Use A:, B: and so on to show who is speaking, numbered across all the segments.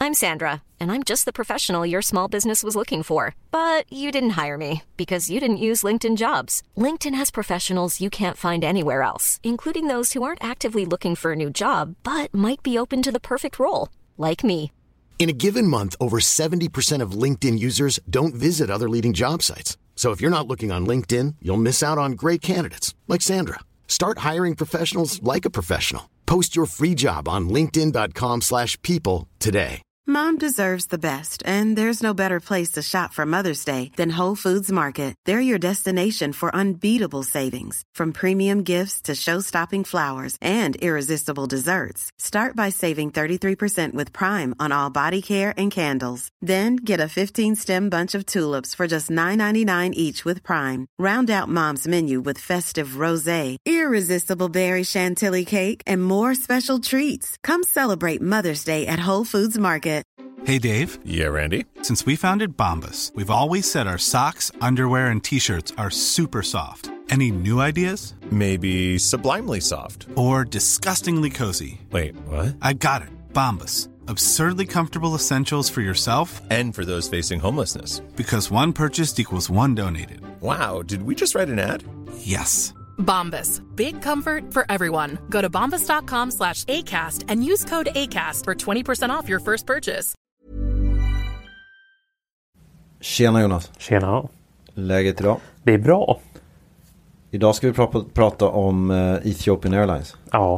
A: I'm Sandra, and I'm just the professional your small business was looking for. But you didn't hire me because you didn't use LinkedIn Jobs. LinkedIn has professionals you can't find anywhere else, including those who aren't actively looking for a new job, but might be open to the perfect role, like me.
B: In a given month, over 70% of LinkedIn users don't visit other leading job sites. So if you're not looking on LinkedIn, you'll miss out on great candidates like Sandra. Start hiring professionals like a professional. Post your free job on linkedin.com/people today.
C: Mom deserves the best, and there's no better place to shop for Mother's Day than Whole Foods Market. They're your destination for unbeatable savings, from premium gifts to show-stopping flowers and irresistible desserts. Start by saving 33% with Prime on all body care and candles. Then get a 15-stem bunch of tulips for just $9.99 each with Prime. Round out Mom's menu with festive rosé, irresistible berry chantilly cake, and more special treats. Come celebrate Mother's Day at Whole Foods Market.
D: Hey, Dave.
E: Yeah, Randy.
D: Since we founded Bombas, we've always said our socks, underwear, and T-shirts are super soft. Any new ideas?
E: Maybe sublimely soft.
D: Or disgustingly cozy.
E: Wait, what?
D: I got it. Bombas. Absurdly comfortable essentials for yourself
E: and for those facing homelessness.
D: Because one purchased equals one donated.
E: Wow, did we just write an ad?
D: Yes.
F: Bombas. Big comfort for everyone. Go to bombas.com/ACAST and use code ACAST for 20% off your first purchase.
G: Tjena Jonas.
H: Tjena.
G: Läget idag?
H: Det är bra.
G: Idag ska vi prata om Ethiopian Airlines.
H: Ja.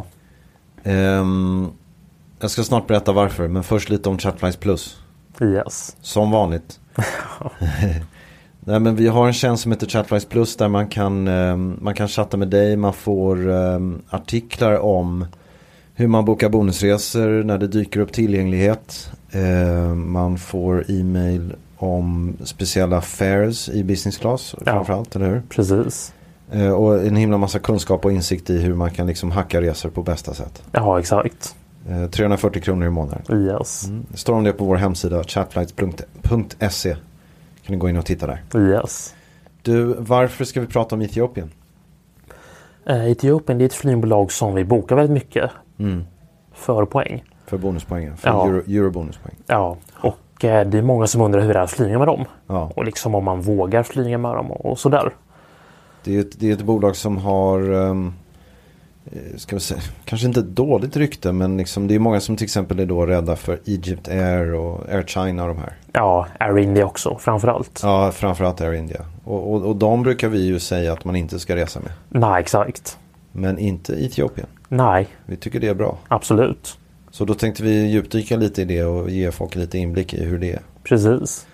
G: Jag ska snart berätta varför, men först lite om Chatflies Plus.
H: Yes.
G: Som vanligt. Nej, men vi har en tjänst som heter Chatflies Plus där man kan chatta med dig. Man får artiklar om hur man bokar bonusresor när det dyker upp tillgänglighet. Man får e-mail om speciella fares i business class framförallt, eller hur?
H: Precis.
G: Och en himla massa kunskap och insikt i hur man kan liksom hacka resor på bästa sätt.
H: Ja, exakt.
G: 340 kronor i månaden.
H: Yes.
G: Det står om det på vår hemsida chatflights.se. Kan du gå in och titta där.
H: Yes.
G: Du, varför ska vi prata om Etiopien?
H: Etiopien, det är ett flygbolag som vi bokar väldigt mycket för poäng.
G: För bonuspoängen, för eurobonuspoäng.
H: Ja, och det är många som undrar hur det är att flyga med dem.
G: Ja.
H: Och liksom om man vågar flyga med dem och sådär.
G: Det är ett bolag som har, ska vi säga, kanske inte ett dåligt rykte, men liksom, det är många som till exempel är då rädda för Egypt Air och Air China och de här.
H: Ja, Air India också, framförallt.
G: Ja, framförallt Air India. Och de brukar vi ju säga att man inte ska resa med.
H: Nej, exakt.
G: Men inte Etiopien.
H: Nej.
G: Vi tycker det är bra.
H: Absolut.
G: Så då tänkte vi djupdyka lite i det och ge folk lite inblick i hur det är.
H: Precis.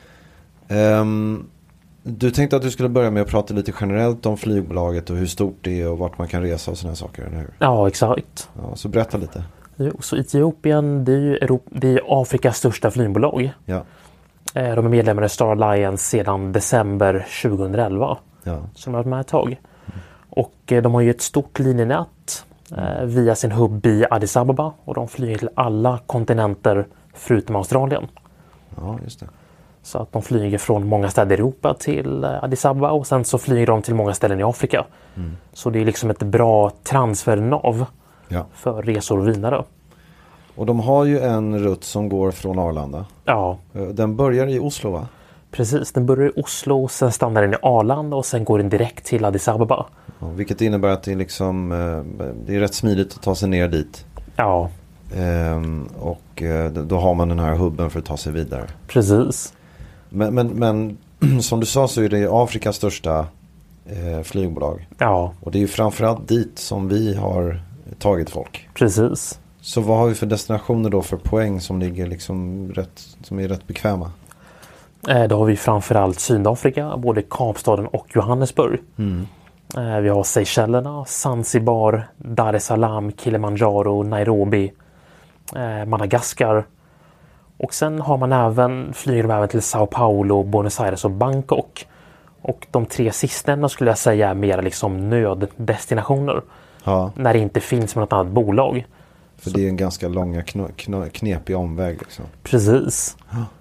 G: Du tänkte att du skulle börja med att prata lite generellt om flygbolaget och hur stort det är och vart man kan resa och sådana saker, eller hur?
H: Ja, exakt.
G: Ja, så berätta lite.
H: Jo, så Etiopien, det är Afrikas största flygbolag.
G: Ja.
H: De är medlemmar i Star Alliance sedan december 2011.
G: Ja.
H: Så de har varit med ett tag. Och de har ju ett stort linjenät via sin hubb i Addis Ababa. Och de flyger till alla kontinenter förutom Australien.
G: Ja, just det.
H: Så att de flyger från många städer i Europa till Addis Ababa. Och sen så flyger de till många ställen i Afrika. Så det är liksom ett bra transfernav för resor vidare.
G: Och de har ju en rutt som går från Arlanda.
H: Ja.
G: Den börjar i Oslo, va?
H: Precis, den börjar i Oslo, sen stannar den i Arlanda och sen går den direkt till Addis Ababa.
G: Ja, vilket innebär att det är liksom, det är rätt smidigt att ta sig ner dit.
H: Ja.
G: Och då har man den här hubben för att ta sig vidare.
H: Precis.
G: Men som du sa så är det Afrikas största flygbolag.
H: Ja.
G: Och det är ju framförallt dit som vi har tagit folk.
H: Precis.
G: Så vad har vi för destinationer då för poäng som ligger liksom som är rätt bekväma?
H: Då har vi framförallt Sydafrika, både Kapstaden och Johannesburg. Vi har Seychellerna, Zanzibar, Dar es Salaam, Kilimanjaro, Nairobi, Madagaskar. Och sen har man flyger även till Sao Paulo, Buenos Aires och Bangkok. Och de 3 sistnämnda skulle jag säga är mer liksom nöddestinationer.
G: Ja. När
H: det inte finns något annat bolag.
G: För det är en ganska långa knepig omväg liksom.
H: Precis.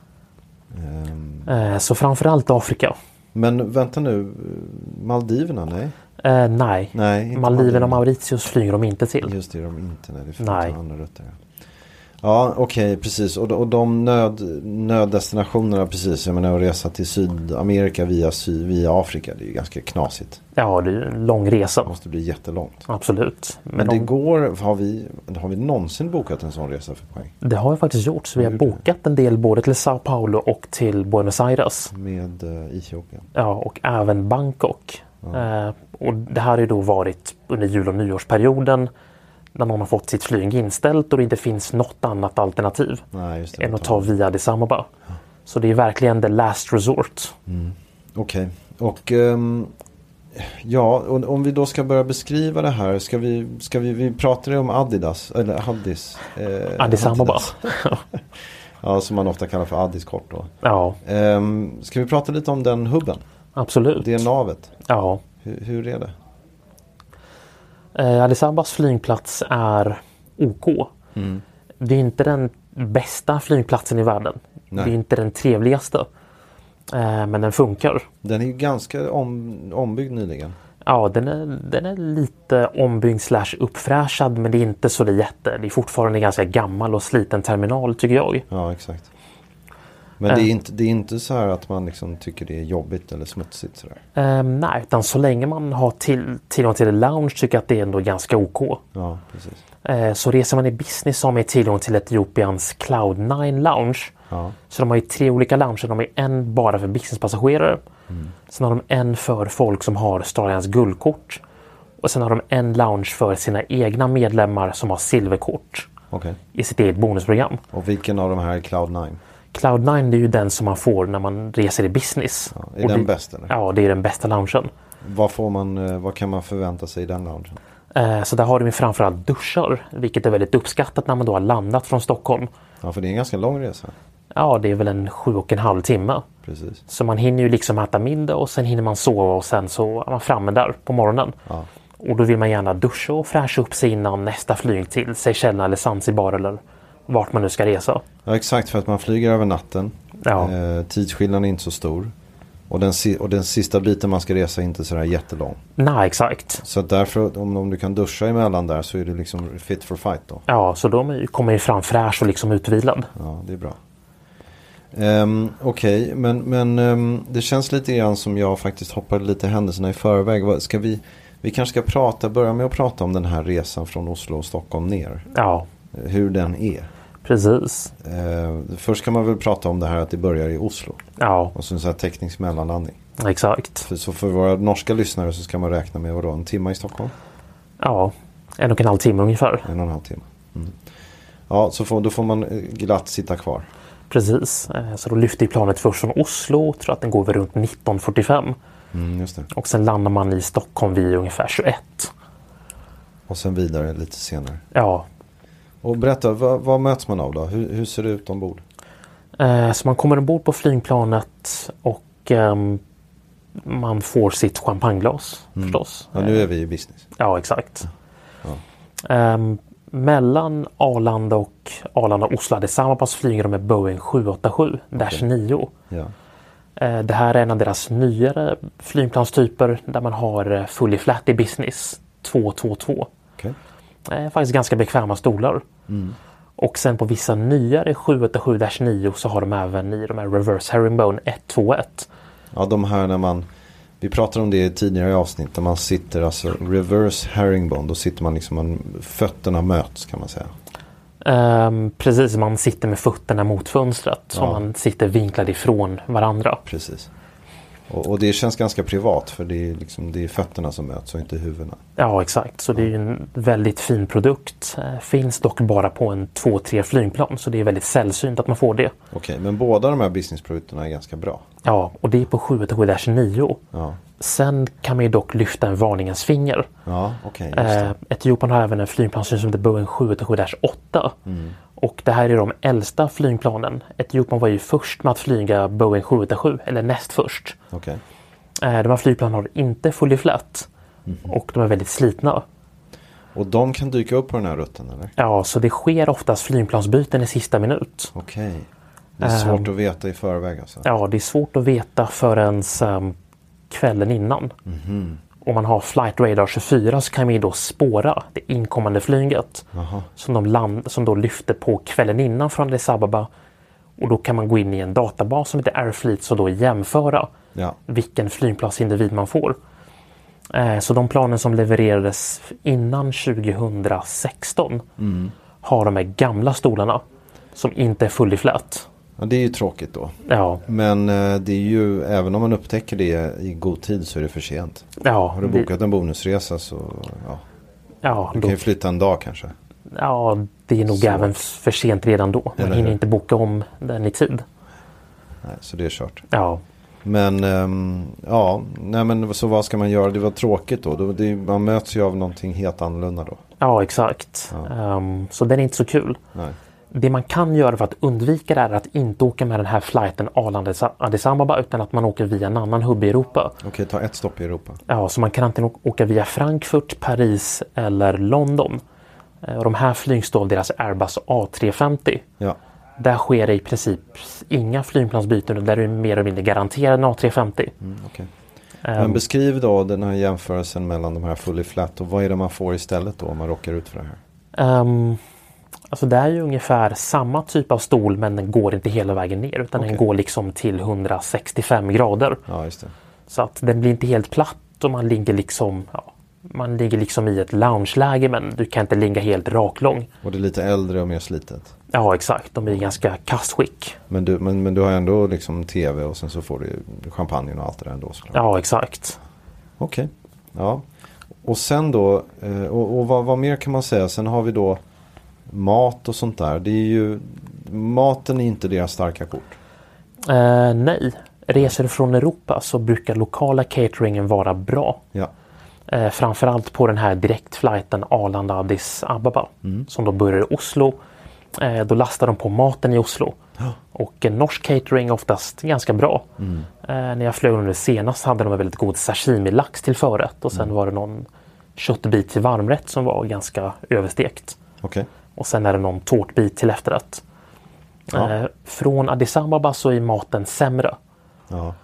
H: Så framförallt Afrika.
G: Men vänta nu, Maldiverna, nej?
H: Nej, Maldiverna och Mauritius flyger de inte till.
G: Just det, de inte, nej. Det finns andra rutter. Ja, okej, precis. Och de nöddestinationerna, precis. Jag menar, att resa till Sydamerika via Afrika, det är ju ganska knasigt.
H: Ja, det är ju en lång resa.
G: Det måste bli jättelångt.
H: Absolut.
G: Men det går, har vi någonsin bokat en sån resa för poäng?
H: Det har vi faktiskt gjort. Så vi har bokat en del både till Sao Paulo och till Buenos Aires.
G: Med Etiopien.
H: Ja, och även Bangkok. Ja. Och det här har ju då varit under jul- och nyårsperioden när någon har fått sitt flyg inställt och det inte finns något annat alternativ än att ta via Addis Abeba. Ja. Så det är verkligen the last resort.
G: Okej. Och om vi då ska börja beskriva det här, ska vi prata om Addis Abeba. Ja, som man ofta kallar för Addis kort då.
H: Ja.
G: Ska vi prata lite om den hubben?
H: Absolut.
G: Det navet.
H: Ja.
G: Hur är det?
H: Addis Abebas flygplats är OK. Det är inte den bästa flygplatsen i världen. Nej. Det är inte den trevligaste. Men den funkar. Den
G: är ju ganska ombyggd nyligen.
H: Ja, den är lite ombyggd / uppfräschad, men det är inte så jätte. Det är fortfarande en ganska gammal och sliten terminal, tycker jag.
G: Ja, exakt. Men det är inte så här att man liksom tycker det är jobbigt eller smutsigt sådär?
H: Nej, utan så länge man har tillgång till en lounge tycker jag att det är ändå ganska OK.
G: Ja, precis.
H: Så reser man i business har man tillgång till Etiopiens Cloud9 lounge. Ja. Så de har ju 3 olika lounger. De har en bara för businesspassagerare. Sen har de en för folk som har Starlines guldkort. Och sen har de en lounge för sina egna medlemmar som har silverkort.
G: Okay.
H: I sitt eget bonusprogram.
G: Och vilken av de här är Cloud9?
H: Cloud9 är ju den som man får när man reser i business.
G: Ja, är den bästa? Eller?
H: Ja, det är den bästa loungen.
G: Vad kan man förvänta sig i den loungen?
H: Så där har de framförallt duschar, vilket är väldigt uppskattat när man då har landat från Stockholm.
G: Ja, för det är en ganska lång resa.
H: Ja, det är väl en 7,5 timme.
G: Precis.
H: Så man hinner ju liksom äta middag och sen hinner man sova och sen så är man framme där på morgonen.
G: Ja.
H: Och då vill man gärna duscha och fräscha upp sig innan nästa flyg till Seychelles eller Zanzibar eller vart man nu ska resa.
G: Ja, exakt, för att man flyger över natten.
H: Ja.
G: Tidsskillnaden är inte så stor. Och den sista biten man ska resa är inte sådär jättelång.
H: Nej, exakt.
G: Så att därför, om du kan duscha emellan där så är du liksom fit for fight då.
H: Ja, så då kommer ju fram fräsch och liksom utvilad.
G: Ja, det är bra. Okej, men det känns lite grann som jag faktiskt hoppade lite händelserna i förväg. Vi kanske ska börja med att prata om den här resan från Oslo och Stockholm ner.
H: Ja.
G: Hur den är.
H: Precis.
G: Först kan man väl prata om det här att det börjar i Oslo.
H: Ja.
G: Och så här teknisk mellanlandning.
H: Exakt.
G: Så för våra norska lyssnare så ska man räkna med en timme i Stockholm?
H: Ja, 1,5 timme ungefär.
G: 1,5 timme. Ja, då får man glatt sitta kvar.
H: Precis. Så då lyfter planet först från Oslo. Tror att den går runt 19:45.
G: Just det.
H: Och sen landar man i Stockholm vid ungefär 21.
G: Och sen vidare lite senare.
H: Ja.
G: Och berätta, vad möts man av då? Hur ser det ut ombord?
H: Så man kommer ombord på flygplanet och man får sitt champagneglas förstås.
G: Ja, nu är vi i business.
H: Ja, exakt. Ja. Mellan Arlanda och Oslo Addis Abeba flyger de med Boeing 787-9.
G: Ja.
H: Det här är en av deras nyare flygplanstyper där man har fully flat i business 222.
G: Okay.
H: Faktiskt ganska bekväma stolar. Och sen på vissa nyare 787-9 så har de även i de här reverse herringbone 121.
G: Ja, de här vi pratade om det i tidigare avsnitt där man sitter alltså reverse herringbone, då sitter man liksom fötterna möts kan man säga.
H: Precis, man sitter med fötterna mot fönstret så man sitter vinklad ifrån varandra.
G: Precis. Och det känns ganska privat för det är fötterna som möts och inte huvudena.
H: Ja, exakt. Så det är ju en väldigt fin produkt. Finns dock bara på en 2-3 flygplan så det är väldigt sällsynt att man får det.
G: Okej, men båda de här businessprodukterna är ganska bra.
H: Ja, och det är på 787-9. Ja. Sen kan man ju dock lyfta en varningens finger.
G: Ja, okej.
H: Etiopien har även en flygplanstyp som heter Boeing 787-8. Och det här är de äldsta flygplanen. Etiopien var ju först med att flyga Boeing 787, eller näst först.
G: Okay.
H: De här flygplanen har inte fully flat. Och de är väldigt slitna.
G: Och de kan dyka upp på den här rutten, eller?
H: Ja, så det sker oftast flygplansbyten i sista minut.
G: Okej. Det är svårt att veta i förväg alltså?
H: Ja, det är svårt att veta förrän kvällen innan. om man har Flight Radar 24 så kan man ju då spåra det inkommande flyget som då lyfter på kvällen innan från Addis Ababa. Och då kan man gå in i en databas som heter Airfleet och då jämföra vilken flygplatsindivid man får. Så de planen som levererades innan 2016 har de här gamla stolarna som inte är fully flat.
G: Ja, det är ju tråkigt då.
H: Ja.
G: Men det är ju, även om man upptäcker det i god tid så är det för sent.
H: Ja,
G: har du bokat en bonusresa så du kan ju flytta en dag kanske.
H: Ja, det är nog även för sent redan då. Man hinner inte boka om den i tid.
G: Nej, så det är kört.
H: Ja.
G: Men så vad ska man göra? Det var tråkigt då. Man möts ju av någonting helt annorlunda då.
H: Ja, exakt. Så den är inte så kul.
G: Nej.
H: Det man kan göra för att undvika det är att inte åka med den här flighten Arlanda-Addis Ababa utan att man åker via en annan hubb i Europa.
G: Okej, ta ett stopp i Europa.
H: Ja, så man kan antingen åka via Frankfurt, Paris eller London. Och de här flygstål, deras Airbus A350.
G: Ja.
H: Där sker det i princip inga flygplansbyten, där är det mer eller mindre garanterad en A350.
G: Okay. Men beskriv då den här jämförelsen mellan de här fully flat och vad är det man får istället då om man råkar ut för det här?
H: Alltså det är ju ungefär samma typ av stol men den går inte hela vägen ner utan den går liksom till 165 grader.
G: Ja, just det.
H: Så att den blir inte helt platt och man ligger liksom i ett loungeläge men du kan inte ligga helt raklång.
G: Och det är lite äldre och mer slitet.
H: Ja, exakt. De är ganska kastskick.
G: Men du har ändå liksom tv och sen så får du champagne och allt det där ändå såklart.
H: Ja, exakt.
G: Okej. Ja. Och sen då, och vad mer kan man säga? Sen har vi då mat och sånt där. Det är ju, maten är inte deras starka kort.
H: Nej. Resor från Europa så brukar lokala cateringen vara bra.
G: Ja.
H: Framförallt på den här direktflighten Arlanda-Addis Ababa som då börjar i Oslo. Då lastar de på maten i Oslo. Och norsk catering är oftast ganska bra. När jag flög under senast hade de en väldigt god sashimi-lax till förrätt. Och sen var det någon köttbit till varmrätt som var ganska överstekt.
G: Okay.
H: Och sen är det någon tårtbit till efterrätt. Från Addis Ababa så är maten sämre.
G: Ja.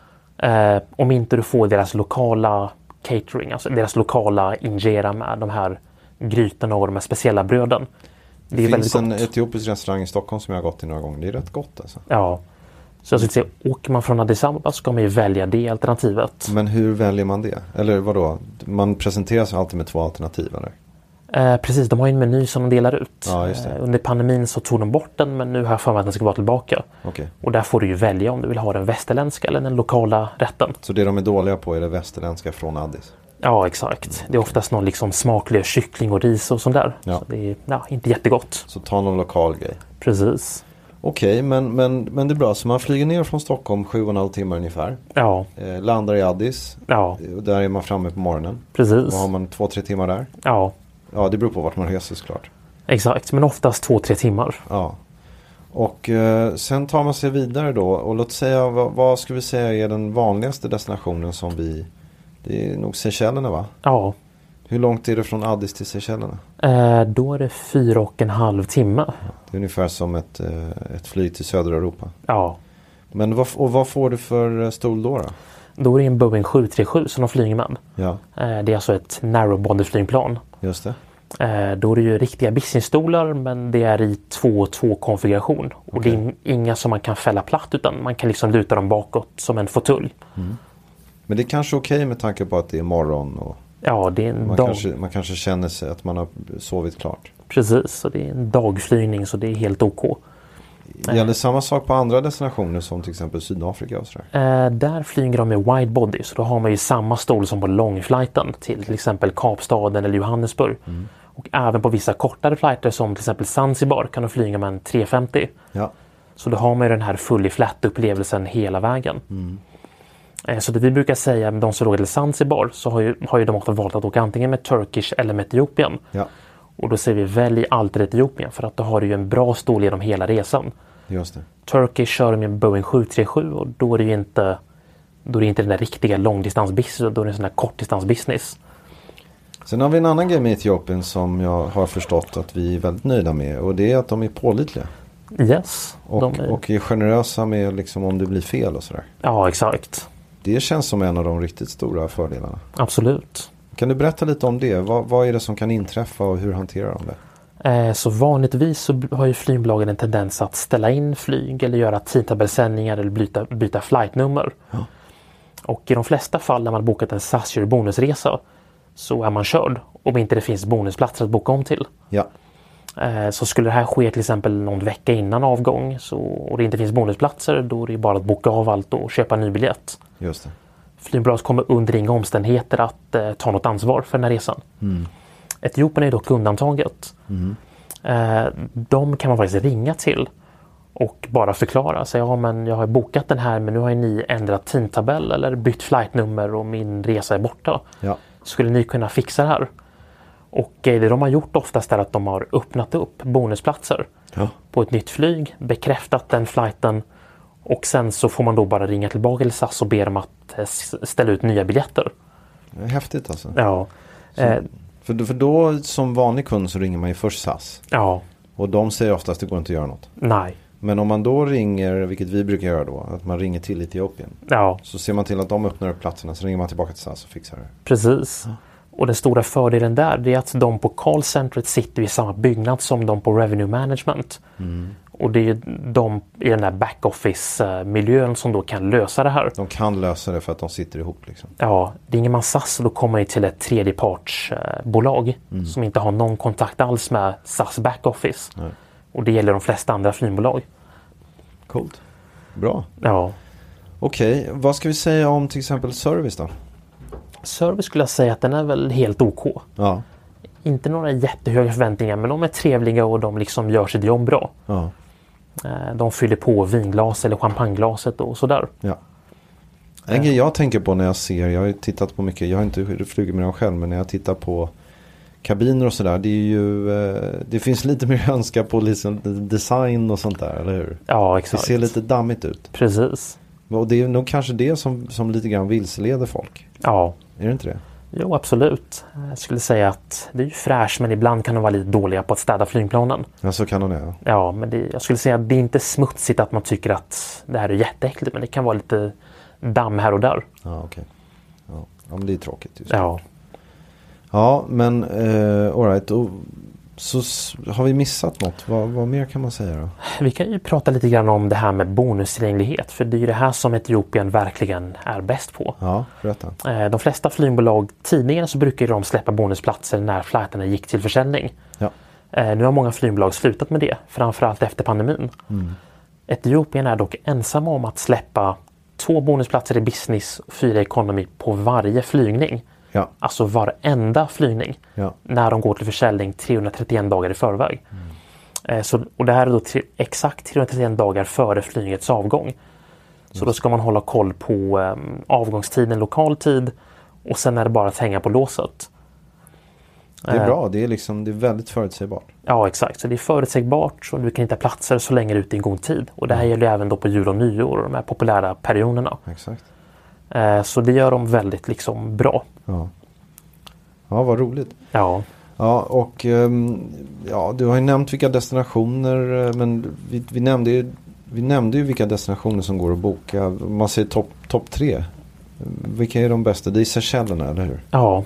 H: Om inte du får deras lokala catering, alltså deras lokala injera med de här grytorna och de här speciella bröden.
G: Det finns en etiopisk restaurang i Stockholm som jag har gått till några gånger. Det är rätt gott alltså.
H: Ja. Så jag skulle säga, åker man från Addis Ababa så ska man ju välja det alternativet.
G: Men hur väljer man det? Eller vadå? Man presenteras alltid med 2 alternativ eller?
H: Precis, de har ju en meny som de delar ut.
G: Ja, just det.
H: Under pandemin så tog de bort den men nu har jag för mig att den ska vara tillbaka.
G: Okay.
H: Och där får du ju välja om du vill ha den västerländska eller den lokala rätten.
G: Så det de är dåliga på är det västerländska från Addis?
H: Ja, exakt. Det är oftast någon liksom smaklig kyckling och ris och sånt där.
G: Ja.
H: Så det är inte jättegott.
G: Så ta någon lokal grej.
H: Precis.
G: Okej, men det är bra. Så man flyger ner från Stockholm 7,5 timmar ungefär.
H: Ja.
G: Landar i Addis.
H: Ja.
G: Och där är man framme på morgonen.
H: Precis.
G: Och har man 2-3 timmar där.
H: Ja.
G: Ja, det beror på vart man reser såklart.
H: Exakt, men oftast 2-3 timmar.
G: Ja. Och sen tar man sig vidare då. Och låt säga, vad ska vi säga är den vanligaste destinationen som det är nog Seychellerna va?
H: Ja.
G: Hur långt är det från Addis till Seychellerna?
H: Då är det 4,5 timmar.
G: Det är ungefär som ett flyg till södra Europa.
H: Ja.
G: Men vad får du för stol då?
H: Då är det en Boeing 737 som de flyger med.
G: Ja.
H: Det är alltså ett narrow-body flygplan.
G: Just det.
H: Då är det ju riktiga businessstolar men det är i 2-2-konfiguration. Och det är inga som man kan fälla platt utan man kan liksom luta dem bakåt som en fåtölj.
G: Men det är kanske okej med tanke på att det är morgon och
H: ja, det är en dag.
G: Man kanske känner sig att man har sovit klart.
H: Precis, så det är en dagflygning så det är helt OK.
G: Gäller samma sak på andra destinationer som till exempel Sydafrika och sådär?
H: Där flyger de med wide body så då har man ju samma stol som på långflighten till exempel Kapstaden eller Johannesburg. Och även på vissa kortare flighter som till exempel Zanzibar kan du flyga med en 350.
G: Ja.
H: Så då har man ju den här fully flat upplevelsen hela vägen. Så det vi brukar säga med de som låg till Zanzibar så har ju de ofta valt att åka antingen med Turkish eller med Etiopien.
G: Ja.
H: Och då säger vi välj alltid Etiopien för att då har du ju en bra stol genom hela resan.
G: Just det.
H: Turkish kör med en Boeing 737 och då är det inte den där riktiga långdistansbusiness, då är det en sån där kortdistansbusiness.
G: Sen har vi en annan grej med Etiopien som jag har förstått att vi är väldigt nöjda med och det är att de är pålitliga.
H: Yes.
G: Och är generösa med liksom om det blir fel och sådär.
H: Ja, exakt.
G: Det känns som en av de riktigt stora fördelarna.
H: Absolut.
G: Kan du berätta lite om det? Vad är det som kan inträffa och hur hanterar de det?
H: Så vanligtvis så har ju flygbolagen en tendens att ställa in flyg eller göra tidtabellsändningar eller byta flightnummer. Ja. Och i de flesta fall när man bokat en SAS bonusresa så är man körd om inte det finns bonusplatser att boka om till.
G: Ja.
H: Så skulle det här ske till exempel någon vecka innan avgång och det inte finns bonusplatser, då är det bara att boka av allt och köpa en ny biljett.
G: Just det.
H: Flygbolaget kommer under inga omständigheter att ta något ansvar för den här resan. Etiopien är dock undantaget. De kan man faktiskt ringa till och bara förklara. Så ja, men jag har bokat den här men nu har ni ändrat tidtabell eller bytt flightnummer och min resa är borta. Ja. Skulle ni kunna fixa det här? Och det de har gjort oftast är att de har öppnat upp bonusplatser på ett nytt flyg, bekräftat den flighten och sen så får man då bara ringa tillbaka till SAS och be dem att ställa ut nya biljetter.
G: Det är häftigt alltså.
H: Ja.
G: För då som vanlig kund så ringer man ju först SAS.
H: Ja.
G: Och de säger oftast att det går inte att göra något.
H: Nej.
G: Men om man då ringer, vilket vi brukar göra då, att man ringer till Etiopien. Ja. Så ser man till att de öppnar upp platserna, så ringer man tillbaka till SAS och fixar det.
H: Precis. Ja. Och den stora fördelen där är att de på callcentret sitter i samma byggnad som de på revenue management. Och det är de i den där backoffice-miljön som då kan lösa det här.
G: De kan lösa det för att de sitter ihop liksom.
H: Ja, ringer man SAS och då kommer det till ett tredjepartsbolag som inte har någon kontakt alls med SAS backoffice. Nej. Och det gäller de flesta andra flygbolag.
G: Coolt. Bra.
H: Ja.
G: Okej, vad ska vi säga om till exempel service då?
H: Service skulle jag säga att den är väl helt OK. Ja. Inte några jättehöga förväntningar, men de är trevliga och de liksom gör sitt jobb bra. Ja. De fyller på vinglas eller champagneglaset och sådär. Ja. En
G: grej jag tänker på när jag har ju tittat på mycket, jag har inte flugit med dem själv, men när jag tittar på kabiner och sådär, det är ju, det finns lite mer önska på liksom design och sånt där, eller hur?
H: Ja, exakt.
G: Det ser lite dammigt ut.
H: Precis.
G: Och det är nog kanske det som lite grann vilseleder folk.
H: Ja.
G: Är det inte det?
H: Jo, absolut. Jag skulle säga att det är ju fräsch, men ibland kan de vara lite dåliga på att städa flygplanen.
G: Ja, så kan de det.
H: Ja, men jag skulle säga att det är inte smutsigt att man tycker att det här är jätteäckligt, men det kan vara lite damm här och där.
G: Ja, okej. Ja, men det är tråkigt just.
H: Ja.
G: Ja, men all right. Så har vi missat något? Vad mer kan man säga då?
H: Vi kan ju prata lite grann om det här med bonustillgänglighet. För det är ju det här som Etiopien verkligen är bäst på.
G: Ja, berätta.
H: De flesta flygbolag, tidigare så brukar de släppa bonusplatser när flighterna gick till försäljning. Ja. Nu har många flygbolag slutat med det, framförallt efter pandemin. Etiopien är dock ensamma om att släppa 2 bonusplatser i business och 4 economy på varje flygning. Ja. Alltså varenda flygning när de går till försäljning 331 dagar i förväg. Och det här är då exakt 331 dagar före flygets avgång. Så då ska man hålla koll på avgångstiden, lokal tid, och sen är det bara att hänga på låset.
G: Det är bra, det är väldigt förutsägbart.
H: Ja, exakt. Så det är förutsägbart och du kan hitta platser så länge ute i god tid. Och det här gäller även då på jul och nyår och de här populära perioderna.
G: Exakt.
H: Så det gör de väldigt liksom bra.
G: Ja, vad roligt.
H: Ja.
G: Ja, och du har ju nämnt vilka destinationer, men vi nämnde ju vilka destinationer som går att boka. Man säger topp 3. Vilka är de bästa? Det är Seychellerna, eller hur?
H: Ja.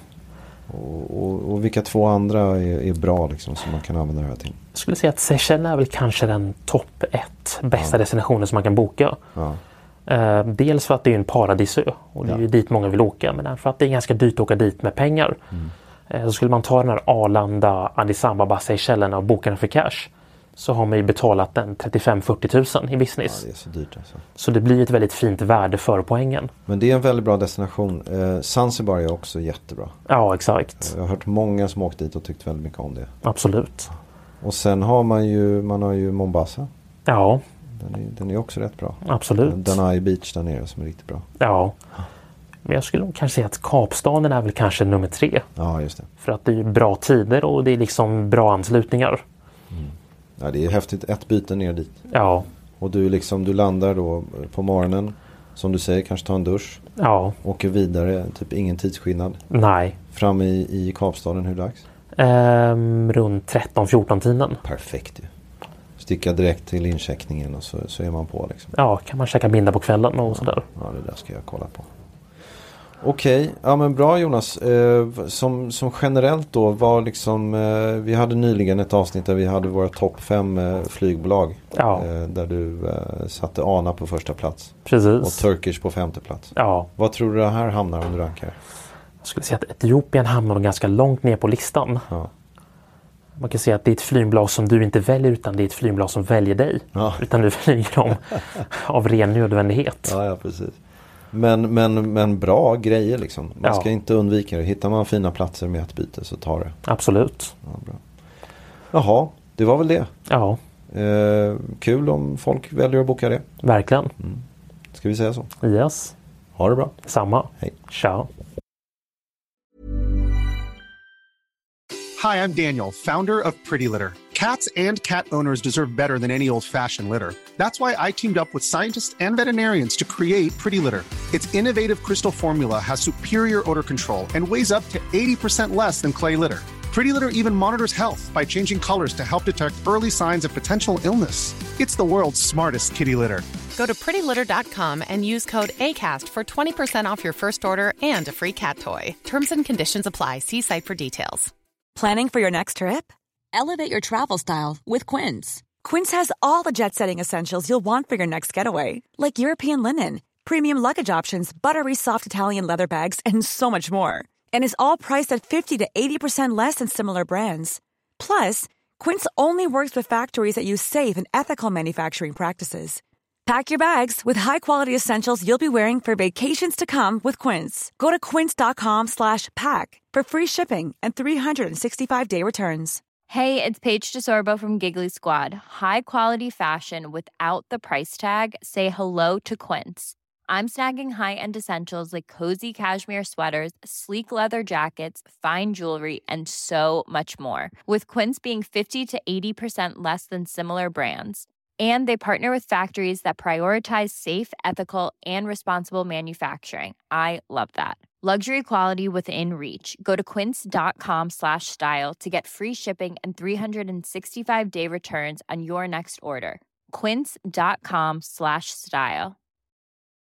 G: Och vilka 2 andra är bra liksom, som man kan använda det här till?
H: Jag skulle säga att Seychellerna är väl kanske den topp 1 bästa destinationen som man kan boka. Ja. Dels för att det är en paradisö och det är ju dit många vill åka, men för att det är ganska dyrt att åka dit med pengar. Så skulle man ta den här Arlanda, Addis Ababa, Seychellerna och boka den för cash, så har man ju betalat en 35-40 000 i business.
G: Ja, det är så dyrt alltså.
H: Så det blir ett väldigt fint värde för poängen.
G: Men det är en väldigt bra destination. Zanzibar är också jättebra.
H: Ja, exakt.
G: Jag har hört många som åkt dit och tyckt väldigt mycket om det.
H: Absolut.
G: Och sen har man har ju Mombasa.
H: Ja.
G: Den är också rätt bra.
H: Absolut.
G: Danai Beach där nere som är riktigt bra.
H: Ja. Men jag skulle nog kanske säga att Kapstaden är väl kanske nummer 3.
G: Ja, just det.
H: För att det är bra tider och det är liksom bra anslutningar.
G: Ja, det är häftigt. 1 byte ner dit.
H: Ja.
G: Och du landar då på morgonen, som du säger, kanske tar en dusch.
H: Ja.
G: Åker vidare, typ ingen tidsskillnad.
H: Nej.
G: Fram i Kapstaden, hur dags?
H: Runt 13-14 tiden.
G: Perfekt ju. Sticka direkt till incheckningen och så är man på liksom.
H: Ja, kan man käka binda på kvällen och sådär.
G: Ja, det där ska jag kolla på. Okej, ja men bra Jonas. Som generellt då var liksom, vi hade nyligen ett avsnitt där vi hade våra topp 5 flygbolag.
H: Ja.
G: Där du satte ANA på första plats.
H: Precis.
G: Och Turkish på 5:e plats.
H: Ja.
G: Vad tror du det här hamnar om du rankar?
H: Jag skulle säga att Etiopien hamnar ganska långt ner på listan.
G: Ja.
H: Man kan säga att det är ett flygbolag som du inte väljer, utan det är ett flygbolag som väljer dig.
G: Ja.
H: Utan du flyger dem av ren nödvändighet.
G: Ja, precis. Men bra grejer liksom. Man ska inte undvika det. Hittar man fina platser med ett byte så tar det.
H: Absolut.
G: Ja, bra. Jaha, det var väl det.
H: Ja.
G: Kul om folk väljer att boka det.
H: Verkligen.
G: Ska vi säga så?
H: Yes.
G: Ha det bra.
H: Samma.
G: Hej.
H: Ciao.
I: Hi, I'm Daniel, founder of Pretty Litter. Cats and cat owners deserve better than any old-fashioned litter. That's why I teamed up with scientists and veterinarians to create Pretty Litter. Its innovative crystal formula has superior odor control and weighs up to 80% less than clay litter. Pretty Litter even monitors health by changing colors to help detect early signs of potential illness. It's the world's smartest kitty litter.
F: Go to prettylitter.com and use code ACAST for 20% off your first order and a free cat toy. Terms and conditions apply. See site for details.
J: Planning for your next trip? Elevate your travel style with Quince. Quince has all the jet-setting essentials you'll want for your next getaway, like European linen, premium luggage options, buttery soft Italian leather bags, and so much more. And is all priced at 50 to 80% less than similar brands. Plus, Quince only works with factories that use safe and ethical manufacturing practices. Pack your bags with high-quality essentials you'll be wearing for vacations to come with Quince. Go to quince.com/pack for free shipping and 365-day returns.
K: Hey, it's Paige DeSorbo from Giggly Squad. High quality fashion without the price tag. Say hello to Quince. I'm snagging high-end essentials like cozy cashmere sweaters, sleek leather jackets, fine jewelry, and so much more. With Quince being 50 to 80% less than similar brands. And they partner with factories that prioritize safe, ethical, and responsible manufacturing. I love that. Luxury quality within reach. Go to quince.com/style to get free shipping and 365-day returns on your next order. Quince.com/style.